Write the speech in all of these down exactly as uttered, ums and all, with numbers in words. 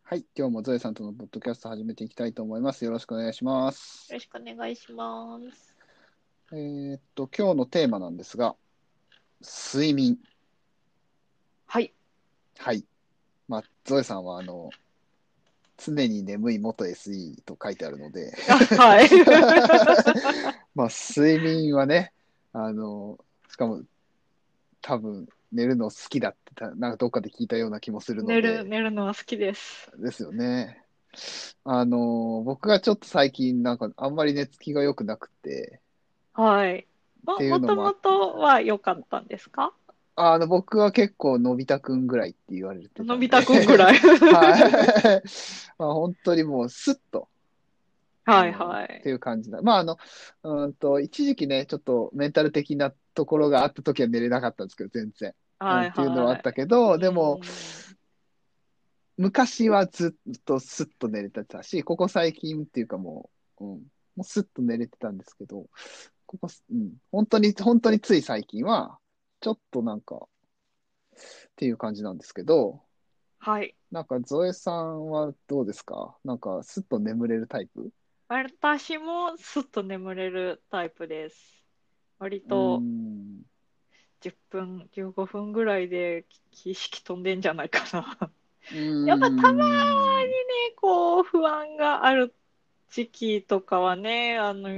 はい、今日もゾエさんとのポッドキャスト始めていきたいと思います。よろしくお願いしまよす。 ろしくお願いします。 えーっと、今日のテーマなんですが、睡眠。 はい。 はい。まあ、ゾエさんは、あの、常に眠い元 エスイー と書いてあるのであ、はい。 まあ、睡眠はね、あの、しかも多分寝るの好きだってた、なんかどっかで聞いたような気もするの寝る、 で、 寝るのは好きです。 ですよね。あの、僕がちょっと最近なんかあんまり寝つきが良くなくて、 はい。も、 っていうもとものもあって、 とは良かったんですか？ あの、僕は結構、のび太くんぐらいって言われてたんでのび太くんぐらい。 はい。まあ、本当にもう、スッと、あはいの、 はい。 っていう感じだ。まあ、あの、うーんと、一時期ね、ちょっとメンタル的なところがあった時は寝れなかったんですけど、全然。うん、 はいっていうのはあっはたけど、 い。うでも、 ん。 昔はずっとスッと寝れてたし、ここ最近っていうかもう、うん、もうスッと寝れてたんですけど、ここ、うん、本当に、本当につい最近は、ちょっとなんか、っていう感じなんですけど、 はい。 なんか、ゾエさんはどうですか？なんか、すっと眠れるタイプ？ 私もすっと眠れるタイプです。割うーとん。 じゅっぷん、じゅうごふんぐらいで意識飛んでんじゃないかな。 うーやっぱたまん。 にね、こう不安がある時期とかはね、あの、 うん。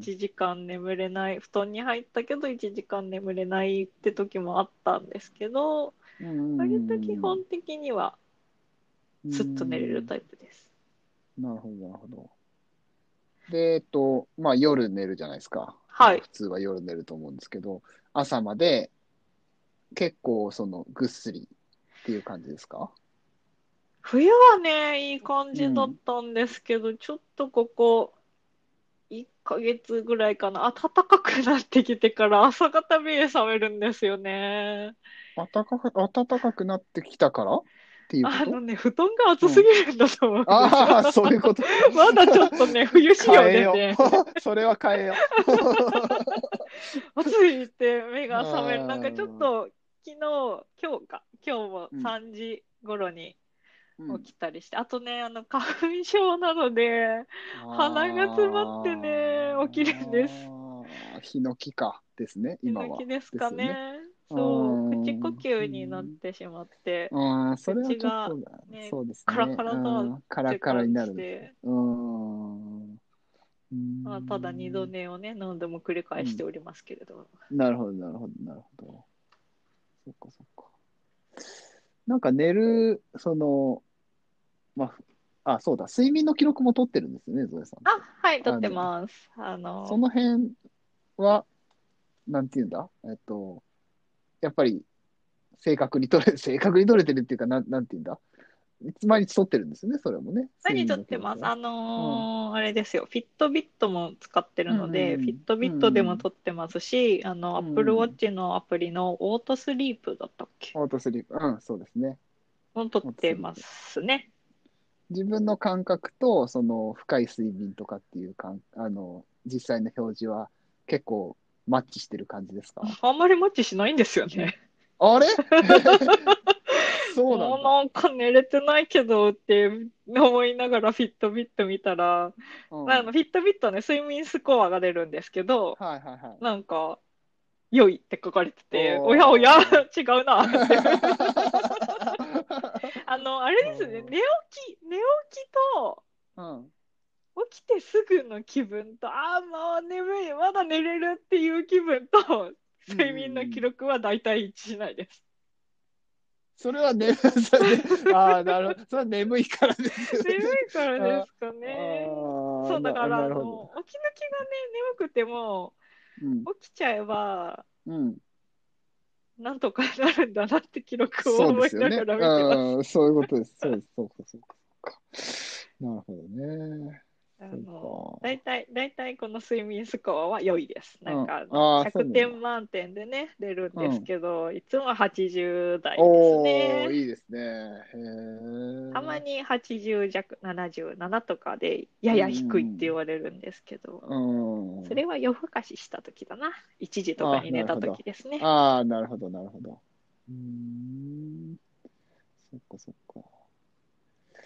いちじかん眠れない、布団に入ったけどいちじかん眠れないって時もあったんですけど、 うー割と基ん。 本的にはうースッと寝れるん。 タイプです。 なるほど、なるほど。で、えっと、まあ、夜寝るじゃないですか。まあ、 はい。 普通は夜寝ると思うんですけど、朝まで結構、その、ぐっすりっていう感じですか？ 冬はね、いい感じだっうん。 たんですけど、ちょっとここいっかげつぐらいかな、暖かくなってきてから朝方目覚めるんですよね。 暖かく、暖かくなってきたからっていうこと？ あのね、布団が厚うん。 すぎるんだと思うんですよ。 ああ、そういうこと。 まだちょっとね、冬仕様変えよでね、 う。それは変えよう。 暑いって目が覚める。なんかちょっああ、 と、昨日、今日か、今日もうん、 さんじ頃にうん。 起きたりして、あとね、あの、花粉症なので、鼻が詰まってね、起きるんです。 ああ、ヒノキかですね、 ヒノ今は。 キですかですよね。 ね。 うーそう、口呼ん。う吸になっん、 てしまって、 ああ、それは口がちょっとだ、 ね、 そうですカラね。うカラだっん、カラカラにて感なるんです。 じで、 うーん。うーまあ、ただ二度ん。 寝をね、何度も繰り返しうん。 ておりますけれど。 なるほど、なるほど、なるほど。そっか、そっか。なんか寝る、その、まあ、あ、そうだ、睡眠の記録も取ってるんですよね、ゾエさんっあ、 て。 はい、撮ってあの、 ます。あその、 の辺は、なんていうんだえっと、やっぱり正確に取れ、正確に取れてるっていうか、なん、なんていうんだいつ毎日取ってるんですよね、それもね、睡何眠撮ってます？ の記録は。 あうん。 のーあれですよ。フィットビットも使ってるうんので、フィッうんトビットでもうん。 撮ってますし、あの、 うん Apple うん。 Watch のアプリのオートスリープだったっけ？ オートスリープ。うん、そうですね。 も撮っオートてまスリープ。 すね。 自分の感覚と、その、深い睡眠とかっていうかん、あの、実際の表示は結構マッチしてる感じですか？ あんまりマッチしないんですよね。 あれそうなんだ。 もうなんか寝れてないけどって思いながらフィットビット見たら、 うん。 まああのフィットビットね、睡眠スコアが出るんですけど、 はいはいはい。 なんか、良いって書かれてて、おやおや、 おー。 違うなって。あの、あれですね、寝起き、寝起きと、 うん。 起きてすぐの気分と、ああ、もう眠い、まだ寝れるっていう気分と、 うんうん睡眠の記うん。 録は大体一致しないです。 それはね、それで、ああ、なるほど。それは眠いからですよ眠ね。 いからであすかあ、 ね。 ああ、 そう、だかな、 ら、 なるほど。 あの、起き抜きがね、眠くても、 うん、 起きちゃえば、 うん。 なんとかなるんだなって記録をそうで思いすよね。 ながら見てます。 うん、そういうことです。そうです。そうか、そうか、そうか。なるほどね。 あそうの、大か。 体、大体この睡眠スコアは良いです。 うん。 なんかあの、 ああ、そう 100 なんだ。 点満点でね、出るんですうん。 けど、いつもはちじゅう代ですおー、 ね。 いいですね。へえ。 たまにはちじゅう弱、ななじゅうななとかでやうや低いってん、 言われるんですけど、 うん、うん。 それは夜更かしした時だな。いちじとかああ、 に寝たなるほど。 時ですね。 ああ、なるほど、なるほど。うーん。そっか、そっか。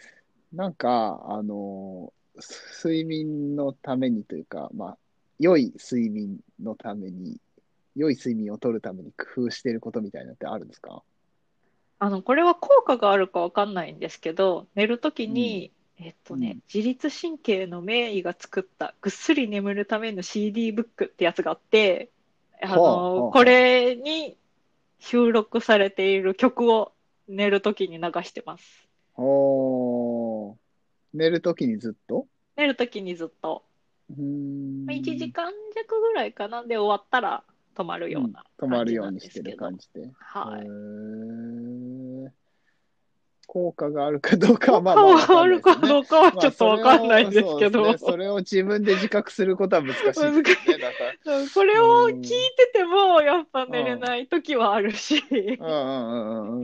なんか、あの、睡眠のためにというか、まあ、良い睡眠のために、良い睡眠を取るために工夫していることみたいなのってあるんですか？ あの、これは効果があるかわかんないんですけど、寝るときうん、 に、えっとね、 うん。 自律神経の名医が作ったぐっすり眠るための シーディー ブックってやつがあって、あはあ、 の、 はあ、 こはれに収録されている曲を寝るときに流してます。 あ。おー、寝るときにずっと寝るときにずっと。 うー 1 ん、 時間弱ぐらいかなで終わったら止まるうん。 ような止まる感じなんようにしてるですけど。 感じで。へはい。 ー。効果があるかどうかは、まあ効果まあわかはあるかんないですよね。 どうかはまあ、そちょっとわれを、 かんないんですそうですね。 けど。 それを自分で自覚することは難しいで難しすよね。なんか、 い。これうを聞いん、うん、 てても、やっぱうん、 寝れない時はあるし。 うん、うん、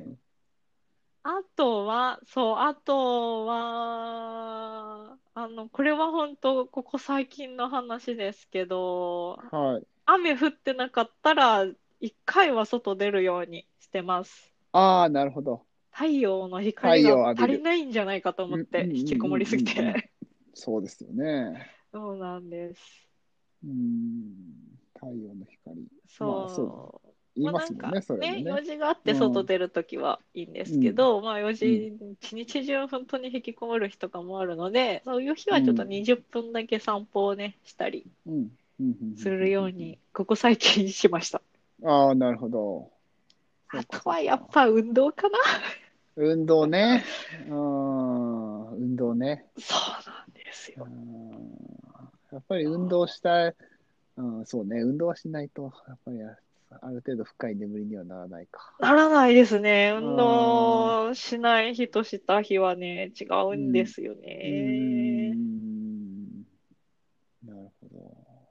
うん。 あとは、そう、あとは、あの、これは本当、ここ最近の話ですけど、 はい。 雨降ってなかったら、一回は外出るようにしてます。 ああ、なるほど。 太陽の太光が足り陽を浴びる。 ないんじゃないかとうん、うん、 思って、 うん、 引きこもりすぎうん、うん。うん。 て。 そうですよね。 そうなんです。 うん。太陽の光。まあ、そうです。 そう。 言いまあなんますもんね、それもかね、 ね。 用事があってうん、うん、 外出るときはいいんですけうん、 ど、まあ用うん、 事、一日中本当に引きこもる日とかもあるので、そういう日はちょっとうん、 にじゅっぷんだけ散歩をね、したりうん、うん、 するよううん。 に、ここ最近しました。 ああ、なるほど。そうか、 あとはやっそうか。 ぱ運動かな。 運動ね。うん、運動ね。 そうなんですうよ。 ん、やっぱり運動したい、うん、そうね、運動はしないと、やっぱりあある程度深い眠りにはならないか。 ならないですね。 う運ん、うん、 動しない日とした日はね、違ううんですよーね。 ん、なるほど。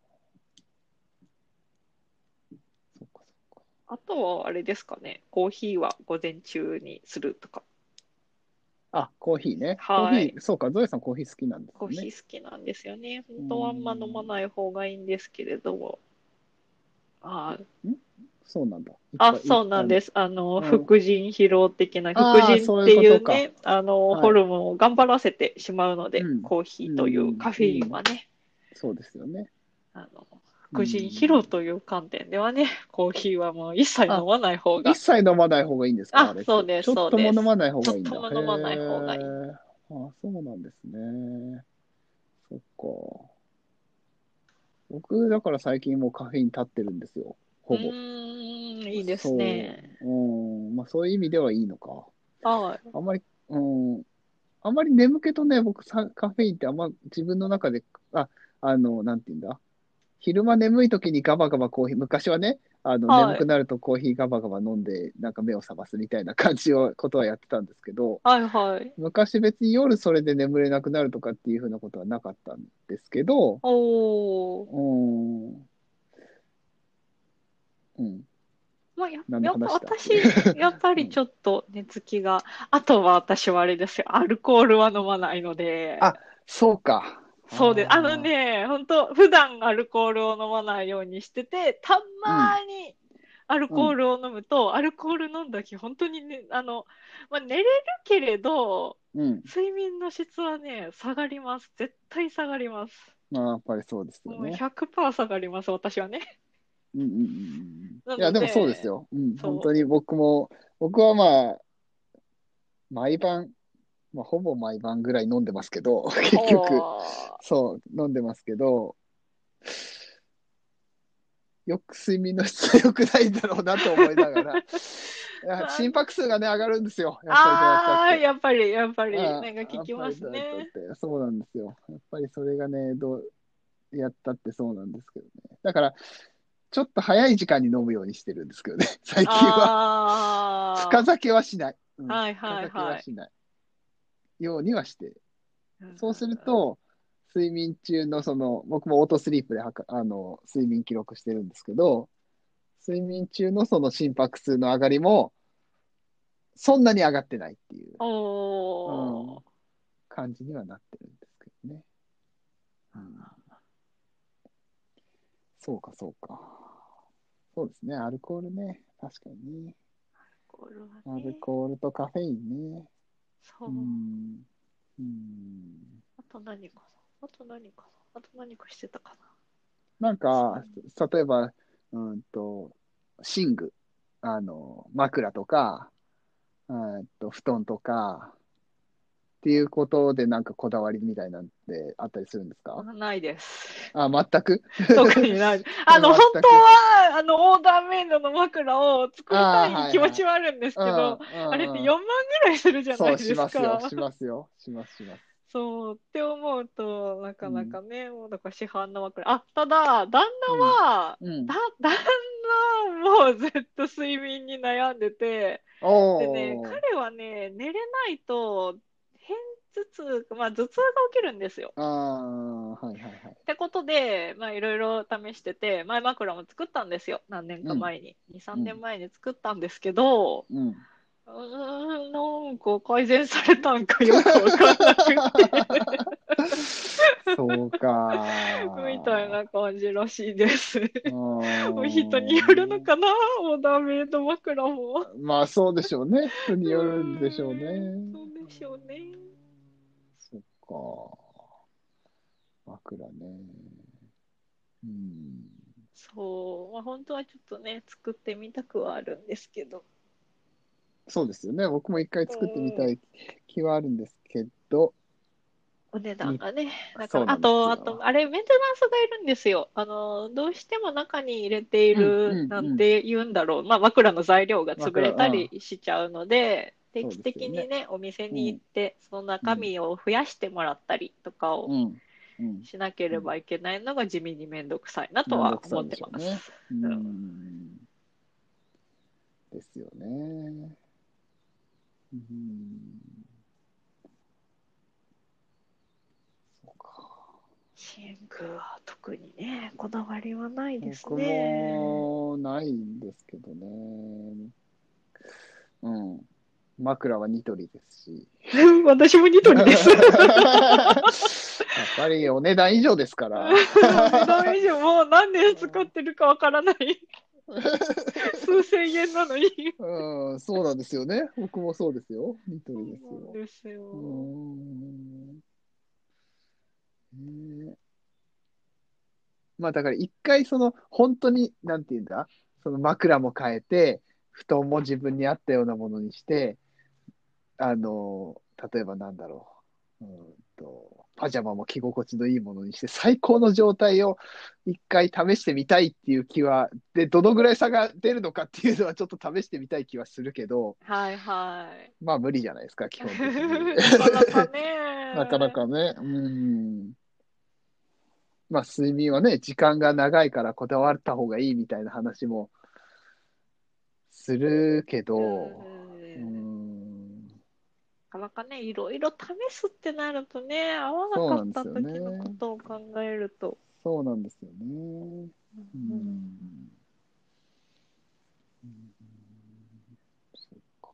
そっかそっか。 あとはあれですかね。コーヒーは午前中にするとか。 あ、コーヒーね。コーヒはい。 ー、そうか、ゾエさんコーヒー好きなんですよね。 コーヒー好きなんですよね。本うー当はあんま飲まん、 ない方がいいんですけれども。あんそうなんだ。いっあ、 ぱい、いそうなあの、 んです。あの、 うん。 副腎疲労的な、副ああ、 腎っそういうてことか。 いうね、あの、 はい。 ホルモンを頑張らせてしまうので、 うん。 コーヒうーというん、 カフェインうん。 はね、 そうですよね。 あの、 う副腎疲労ん。 という観点ではね、コーヒーはもう一切飲あ、 まない方が。 一切飲まない方がいいんですか、ああ、 れって。 そうです、 ちょっともそうです。 飲まない方ちょっがいいんだ。へとも飲まない方がいい。 え。あ、そうなんですね。そっか。僕、だから最近もうカフェイン立ってるんですよ。 うほぼ。 ーん、いいですそね。 う。うん。まあ、そういう意味ではいいのか。 はい。 あんまり、うん。あんまり眠気とね、僕さ、カフェインってあんま自分の中で、あ、あの、なんて言うんだ。昼間眠い時にガバガバコーヒー、昔はね、あの、眠はい。 くなるとコーヒーガバガバ飲んで、なんか目を覚ますみたいな感じを、ことはやってたんですけど、 はい、はい。 昔別に夜それで眠れなくなるとかっていうふうなことはなかったんですけど、 おー。 うーん、うん、 まあ、や、 何のやっぱ話だっていう。 私、やっぱうん、 りちょっと寝つきが、あとは私はあれですよ。アルコールは飲まないので、 あ、そうか。 そうです。あのああ、 ね、本当普段アルコールを飲まないようにしてて、たうん、 まにアルうん、 コールを飲むと、アルコール飲んだ日、本当にね、あの、まあ、寝れるけれど、 うん。 睡眠の質はね、下がります。絶対下がります。 まあ、やっぱりそうですよもうね。 ひゃくパーセント下がります、私はね。 うん、うん、うん。うん。 ないや、 のでもそうですで、 よ。うん、本当にそ僕も、僕はまあ、毎晩、まあ、ほぼ毎晩ぐらい飲んでますけど、 う。 結局、 はそう、飲んでますけど、よく睡眠の質は良くないんだろうなと思いながら、いや心なん拍数がね、上がるんですよ。やっぱりどうやったっああ、 て。 やっぱり、やっぱり、 あなんかあ、や聞きまっぱりどうやったっすね。 て、そうなんですよ。やっぱりそれがね、どうやったってそうなんですけどね。だから、ちょっと早い時間に飲むようにしてるんですけどね、最近は。深あ酒はしない。うあ、 ん、 はい深酒はいはい。 はしないようにはしてうんうんそうすると、睡眠中のその、僕もオートスリープではかあの睡眠記録してるんですけど、睡眠中のその心拍数の上がりも、そんなに上がってないっていう、 おうん、 ー。 感じにはなってるんですけどね。うん、そうか、そうか。そうですね、アルコールね。確かにね。 これはアルね、 コールとカフェインね。うそう。 ん。 うん。 あと何かなあと何かなあと何かしてたかなんな。 か、例えば、うんと、寝具、あの、枕とか、うんと、布団とか、っていうことでなんかこだわりみたいなんてあったりするんですか？ あ、ないです。 あ、全く特にない。あの、本当全く。 は、あの、オーダーメイドの枕を作りたああ、 い気持はいはい。 ちはあるんですうん、 けど、あれってうん、うん。 よんまんぐらいするじゃなそう、 いですしますよ、 か。 しますよ、します、します。 そう、って思うと、なかなうん、 かね、もうだから市販の枕。あ、ただ、旦うん、 那は、 うん。 だ、旦那もずっと睡眠に悩んでて、でね、 おー。 彼はね、寝れないと、偏頭痛、まあ頭痛が起きるんですよ。 ああ、はいはいはい。 ってことで、まあいろいろ試してて、前枕も作ったんですよ。何年うん、 か前に。に、3 うん、 年前に作ったんですけど、 うん。 うーん、なんか改善されたんかよくわかんなくてそうみたいか。 な感じらしいです。 う人によるのーん。 かなオーダーメイド枕も。 まあそうでしょうね。人にうよるんでしょうーん、 ね。 そうでしょうね。 そっか。枕ね。うん。 そう、まあ、本当はちょっとね、作ってみたくはあるんですけど。 そうですよね。僕も一回う作ってみたん、 い気はあるんですけど、 お値段に、 がね。だから、 そうなんですあと、あと、 よ。 あれ、メンテナンスがいるんですよ。あの、どうしても中に入れていうん、 る、 うん、うん。 なんて言うんだろう。まあ、枕の材料が潰枕、 れたうん。 りしちゃうので、定そう期ですよね。 的にね、お店に行っうん、 て、そのうん、 中身を増やしてもらったりとかをうん、うん。 しなけうん。 ればいけないのが地味にめんどくさいなとめんどは思っくさいでてます。 しょうね。ううん、 ん。ですよね。うん。そうか。 寝具は特にね、こだわりはないです僕ね。 もないんですけどね。うん。枕はニトリですし。 私もニトリです。 やっぱりお値段以上ですから。 お値段以上もう何年使ってるかわからない。数千円なのに。 うん、そうなんですよね。僕もそうですよ。ニトそリですよ。 うなんですうーよ。 ん。ね、まあだから一回その本当に、なんていうんだ、その枕も変えて、布団も自分に合ったようなものにして、あの、例えばなんだろう。うーんと、パジャマも着心地のいいものにして、最高の状態を一回試してみたいっていう気は、で、どのぐらい差が出るのかっていうのはちょっと試してみたい気はするけど、 はいはい。 まあ無理じゃないですか、基本的に。 なかなかなかなね。 かね、うん。まあ睡眠はね、時間が長いからこだわった方がいいみたいな話もするけうど、うん。 ん、 なかなかね、いろいろ試すってなるとね、合わなそうかったなんですよね。 時のことを考えると。 そうなんですよね。ううん、 ん。うん、そうか。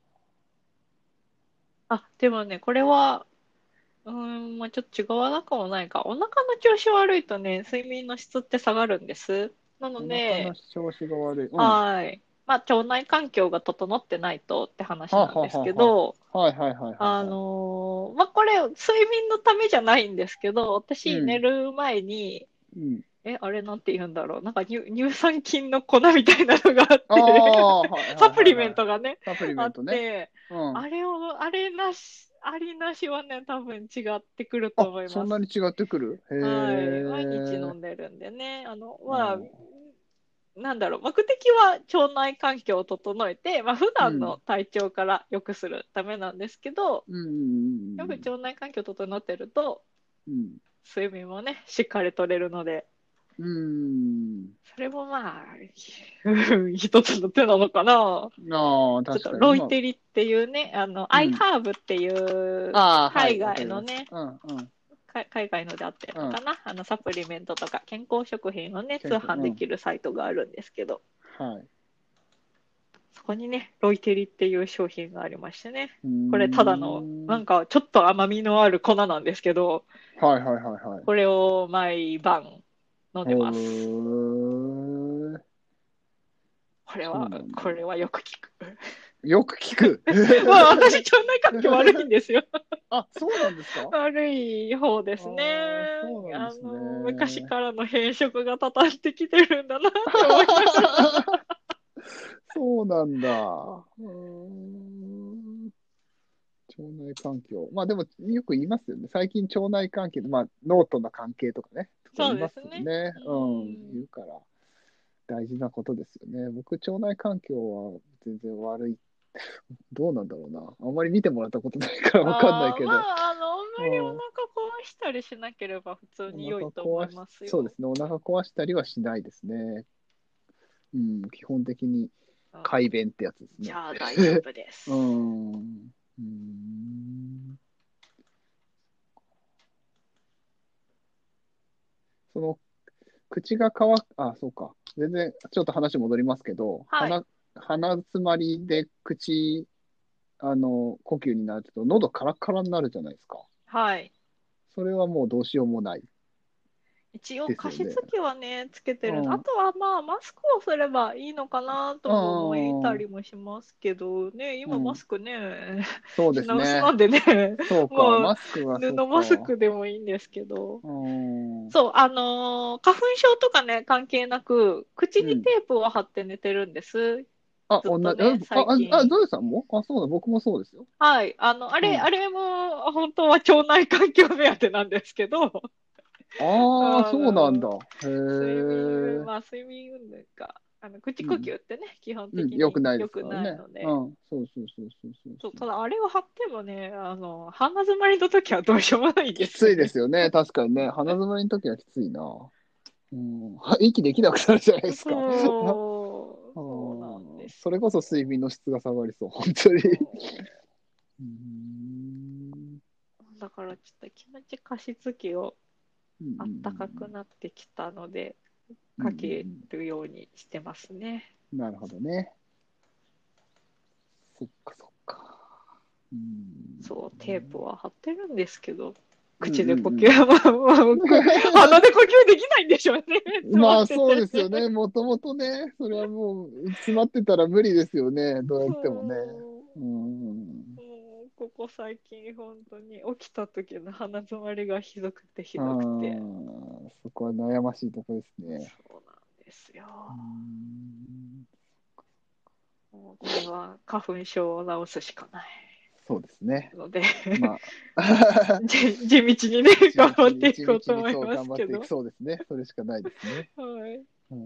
あ、でもね、これは、うーん、まあちょっと違わなくもないか。お腹の調子悪いとね、睡眠の質って下がるんです。なのお腹ので、 調子が悪い。うん。 はい。まあ腸内環境が整ってないとって話はあ、はあなんですけはど、 あはあ、はいはいはいはいあはい。 のーまあこれ、睡眠のためじゃないんですけど、私寝うん。 る前に、 うん。 え、あれなんて言うんだろう。なんか乳、乳酸菌の粉みたいなのがあっあてあ、はいサプリはいはいはい。 メントがね、 サプリあっメントね。 て、 うん。 あれを、あれなし、ありなしはね、多分違ってくるとあ、 思います。 そんなに違ってくる？ はい。毎日へえ。 飲んでるんでね。あの、 うまあ、 ん。 なんだろう、目的は腸内環境を整えて、まあ、普うん。 段の体調から良くするためなんですけど、 うん。 やっぱり腸内環境整ってると、 うん。 睡眠もね、しっかりとれるので、 うん。 それもまあ、一つの手なのかな。 ああ、 ちょっと確かに。まロイテリっていうね、あの、 あ、うん。 iHerb っていうああ、は海い、わかります。 外のね、 うん、うん、 か海外のであってるうん。 のかな、あのサプリメントとか健康食品をね、通健康、うん。 販できるサイトがあるんですけど、 はい。 そこにね、ロイテリっていう商品がありましてね、 うーこれただの、なん。 んかちょっと甘みのある粉なんですけど、 はい、はい、はい、はい。 これを毎晩飲んへでます。 ー。 これは、 そうなんだ。 これはよく効く。 よく聞く。 まあ私腸内環境悪いんですよ。 あ、そうなんですか？ 悪い方であすね。 あ、そうなんであすの、昔ね。 からの変色がたたってきてるんだなって思いながら。 そうなんだ。うーん、腸内環境。まあでも、よく言いますよね。最近腸内環境、まあ脳との関係とかね、とか言そういますですね。 よね。 ううん、 ん。 言うから、大事なことですよね。僕、腸内環境は全然悪い。どうなんだろうな。あんまり見てもらったことないからわかんないああ、まけど。 あ、あの、あんまりうん、 お腹壊したりしなければ普通おに良い腹と思い壊し、 ますよ。 そうですね。お腹壊したりはしないですね。うん、基本的にうん。 快便ってやつですね。 じゃあ大丈夫でうす。 ん。うん。その、口が乾く、あ、そうか。全然、ちょっと話戻りますけど、 はい。 鼻、鼻詰まりで口、あの、呼吸になると、喉カラッカラになるじゃないですか。 はい。 それはもうどうしようもない一応加湿ですよね。 器はね、つけてる。 うん。 ああとはまあ、マスクをすればいいのかなとも思えたあ、 りもしますけどね、今マうん。 スクね、 そうです品薄なね。 んでね、 そうか。 もうマスクはそう布マスか。 クでもいいんですけど。 うん。うそう、あのー花粉症とかね、関係なく、口にん。 テープを貼って寝てるんです。 あ、 ずっ同じ、 とね、 あ、あ、あ、 最近。 ゾエさんもあ、そうだ、僕もそうですよ。 はい。あの、あれ、 うん。 あれも、本当は腸内環境目当てなんですけど、 ああ、 あそうなんだ。 の、 へ睡眠、 え。 まあ、睡眠運動か、あの、口呼うん。 吸ってね、基本うん。 的よくないでに良くすからね。 ないので、 うん。そうそうそうそうそうそう、 そう。 ただあれを貼ってもね、あの、鼻詰まりの時はどうしようもないんきついでですよね。 すよね。確かにね。鼻詰まりの時はきついな。うん。は息できなくなるじゃないですか。 そう、 うそうなんでん。 すよ。 それこそ睡眠の質が下がりそう。本当に。 そうん。 う。だからちょっと気持ち加湿器をうんうんあったかくなってきたので、 うんうん。 かけうんうんるようにしてますね。 うん。なるほどね。そっかそっか。うん。 そう、テープは貼ってるんですけど、 うん口で呼吸うんは、まあ、まあ、こ鼻で呼吸できないんでしょうね。 うん。まあ詰まってそうですよて。 ね。もともとね、それはもう詰まってたら無理ですよね。どうやってもね。 そうん。 う。もう、ここ最近、本当に起きた時の鼻詰まりがひどくてひあどくて。 あ、そこは悩ましいところですね。 そうなんですよ。 うん。 もうこれは花粉症を治すしかないそうですね。 のでまあ、 地地道にね、 地頑張道に、 っていこう地道と思いまにそう頑すけど。 張っていく。そうですね。それしかないですね。 はい。 うん。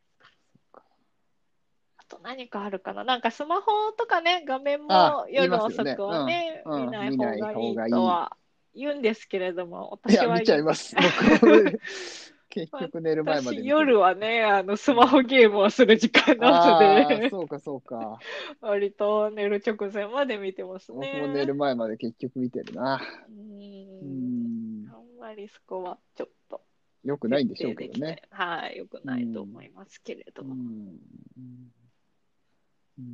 あと何かあるかななんかスマホとかね、画面あ、 も言い夜遅くますよね。うん。 はね、見うん。 ない見ない方がいい方がいい。 とは言うんですけれども、 いや、 私は、 見ちゃいます。僕も結局寝る前まで私見てる。 夜はね、あのスマホうん。 ゲームをする時間なのああ、 で、 そうか、そうか。 割と寝る直前まで見てます僕も寝るね。 前まで結局見てるな。 ううん、 ん。 あんまりそこはちょっとよくな徹いんでしょう底できて、 けどね。 はい、良くうないとん。 思いますけれうど。 ん。うん。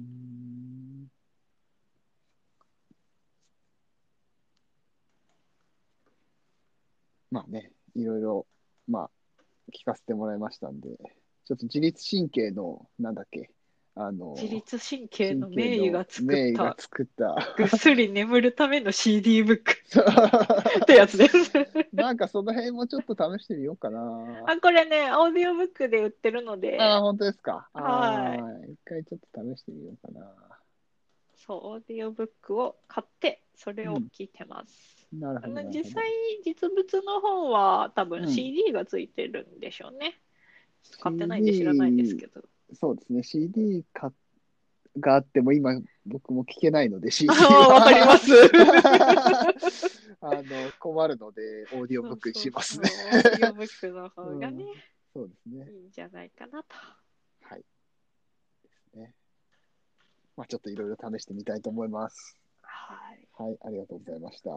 まあね、いろいろ、まあ、聞かせてもらいましたんで、ちょっと自律神経の、なんだっけ、あ自の、 律神経神の経の名医が作っ名医がた作ったぐっすり眠るための シーディー ブックってやつです。 なんかその辺もちょっと試してみようかな。 あ、これね、オーディオブックで売ってるのああ、 で、 本当ですか。あはい。 あ、一回ちょっと試してみようかな。 そう、オーディオブックを買って、それをうん。 聞いてます。 なるほど、 あの、 なるほど。 実際、実物の本は多分うん。 シーディー がついてるんでしょうね。ちょっと買ってないんで知らないんですシーディー、 けど。 そうですね。シーディー かがあっても今僕も聞けないのであシーディーあ、わかります。 はあの困るのでオーディオブックにそうそうそう。 しますね。 オーディオブックの方がね、 うん、そうですね。 いいんじゃないかなと。 はい。ですね。まあちょっといろいろ試してみたいと思います。 はい。 はい、ありがとうございました。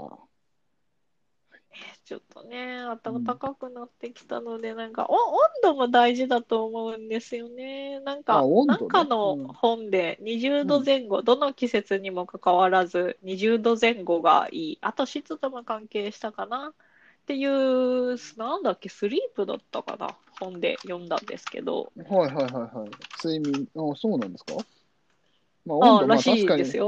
ちょっとね、暖うん。 かくなってきたので、なんか、お、温度も大事だと思うんですよね。なんあ、 か、なん温度ね。うかのん。 本でにじゅうどうん。 前後、どの季節にもかかわらずにじゅうど前後がいい。あと湿度も関係したかなっていう、なんだっけ、スリープだったかな本で読んだんですけど。 はいはいはいはい。睡眠、あ、そうなんですか？まあ温ああ、 度、まあ確らしいかに、 ですよ。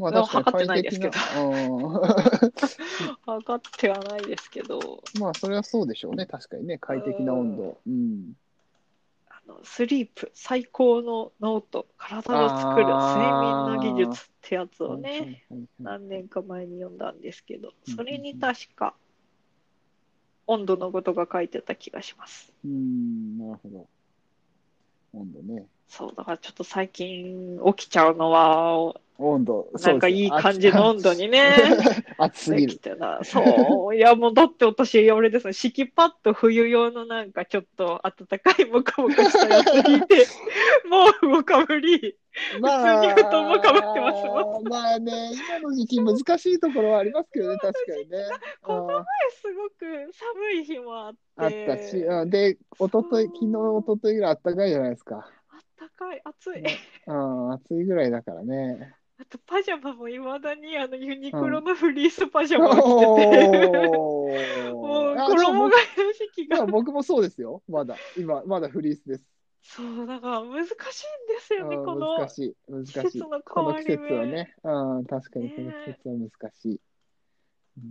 まあでも確かに測ってないですけ快適な、 ど。 うん測ってはないですけど、 まあそれはそうでしょうね。確かにね。 う快適な温ん、 度。うん。 あの、スリープ、最高の脳と体を作る睡眠の技ああ、 術ってやつはいはいをね、 はいはい。 何年か前に読んだんですけど、 うんそれにうん確か温度のことが書いてた気がします。 うん。うーん、なるほど。温度ね。 そう、だからちょっと最近起きちゃうのは、 温度、 なんかそうですよ。暑、 いい感じの温度にね、で暑すぎる。 きてな。そう。いや、もうだって私、あれですね、敷きパッド冬用のなんかちょっと暖かいモカモカしたやつ引いて、毛布をかぶり、普通に布団もかぶってますもん。 まあ、まあね、今の時期難しいところはありますけどね、確かにね。 このあ前すごく寒い日もあっあったし、 て、 うんで、おそととい、昨日、おう、 とといぐらいあったかいじゃないですか。 あったかい、暑い。 ね、うん、暑いぐらいだからね。 あとパジャマもいまだにあのユニクロうん。 のフリースパジャマを着てておー。 もうあ、でも僕、 衣替えの時期がでも僕もそうですよ。まだ。今、まだフリースです。 そう、だから難しいんですよね、こうん、難のしい。難季しい。 節の変わこの季り目。 節はね。うん、確かにこの季ね節は難しい。うん、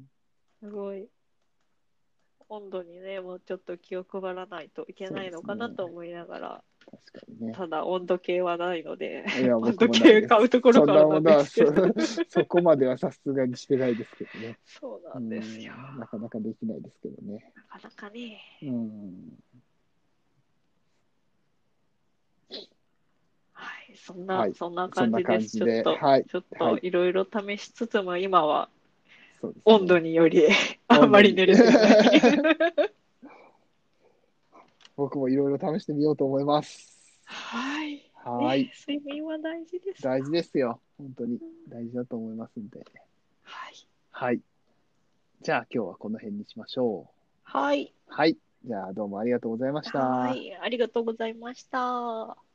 え、すごい。温度にね、もうちょっと気を配らないといけそうないのかなですね。 と思いながら、 確かにね。 ただ温度計はないので、 いや、 温僕度計もないです。 買うところそんからななものは、 んですけど。 そ、そこまではさすがにしてないですけどね。 そううなんですよ。 ん、なかなかできないですけどね。 なかなかね。 うん。 はい、そんな、 はい。 そんなそんな感じです。 感じで、 ちょっと、 はい。 ちょっはい。 といろいろ試しつつも、今はそうです温度ね。 によりあん温度に。 まり寝れていない。 僕もいろいろ試してみようと思います。 はい。ね、 はい。 睡眠は大事ですよ。 大事ですよ。本当にうん、 大事だと思いますんで。 はい。 はい。じゃあ今日はこの辺にしましょはい。 う。はい。じゃあどうもありがとうございました。 はい。ありがとうございました。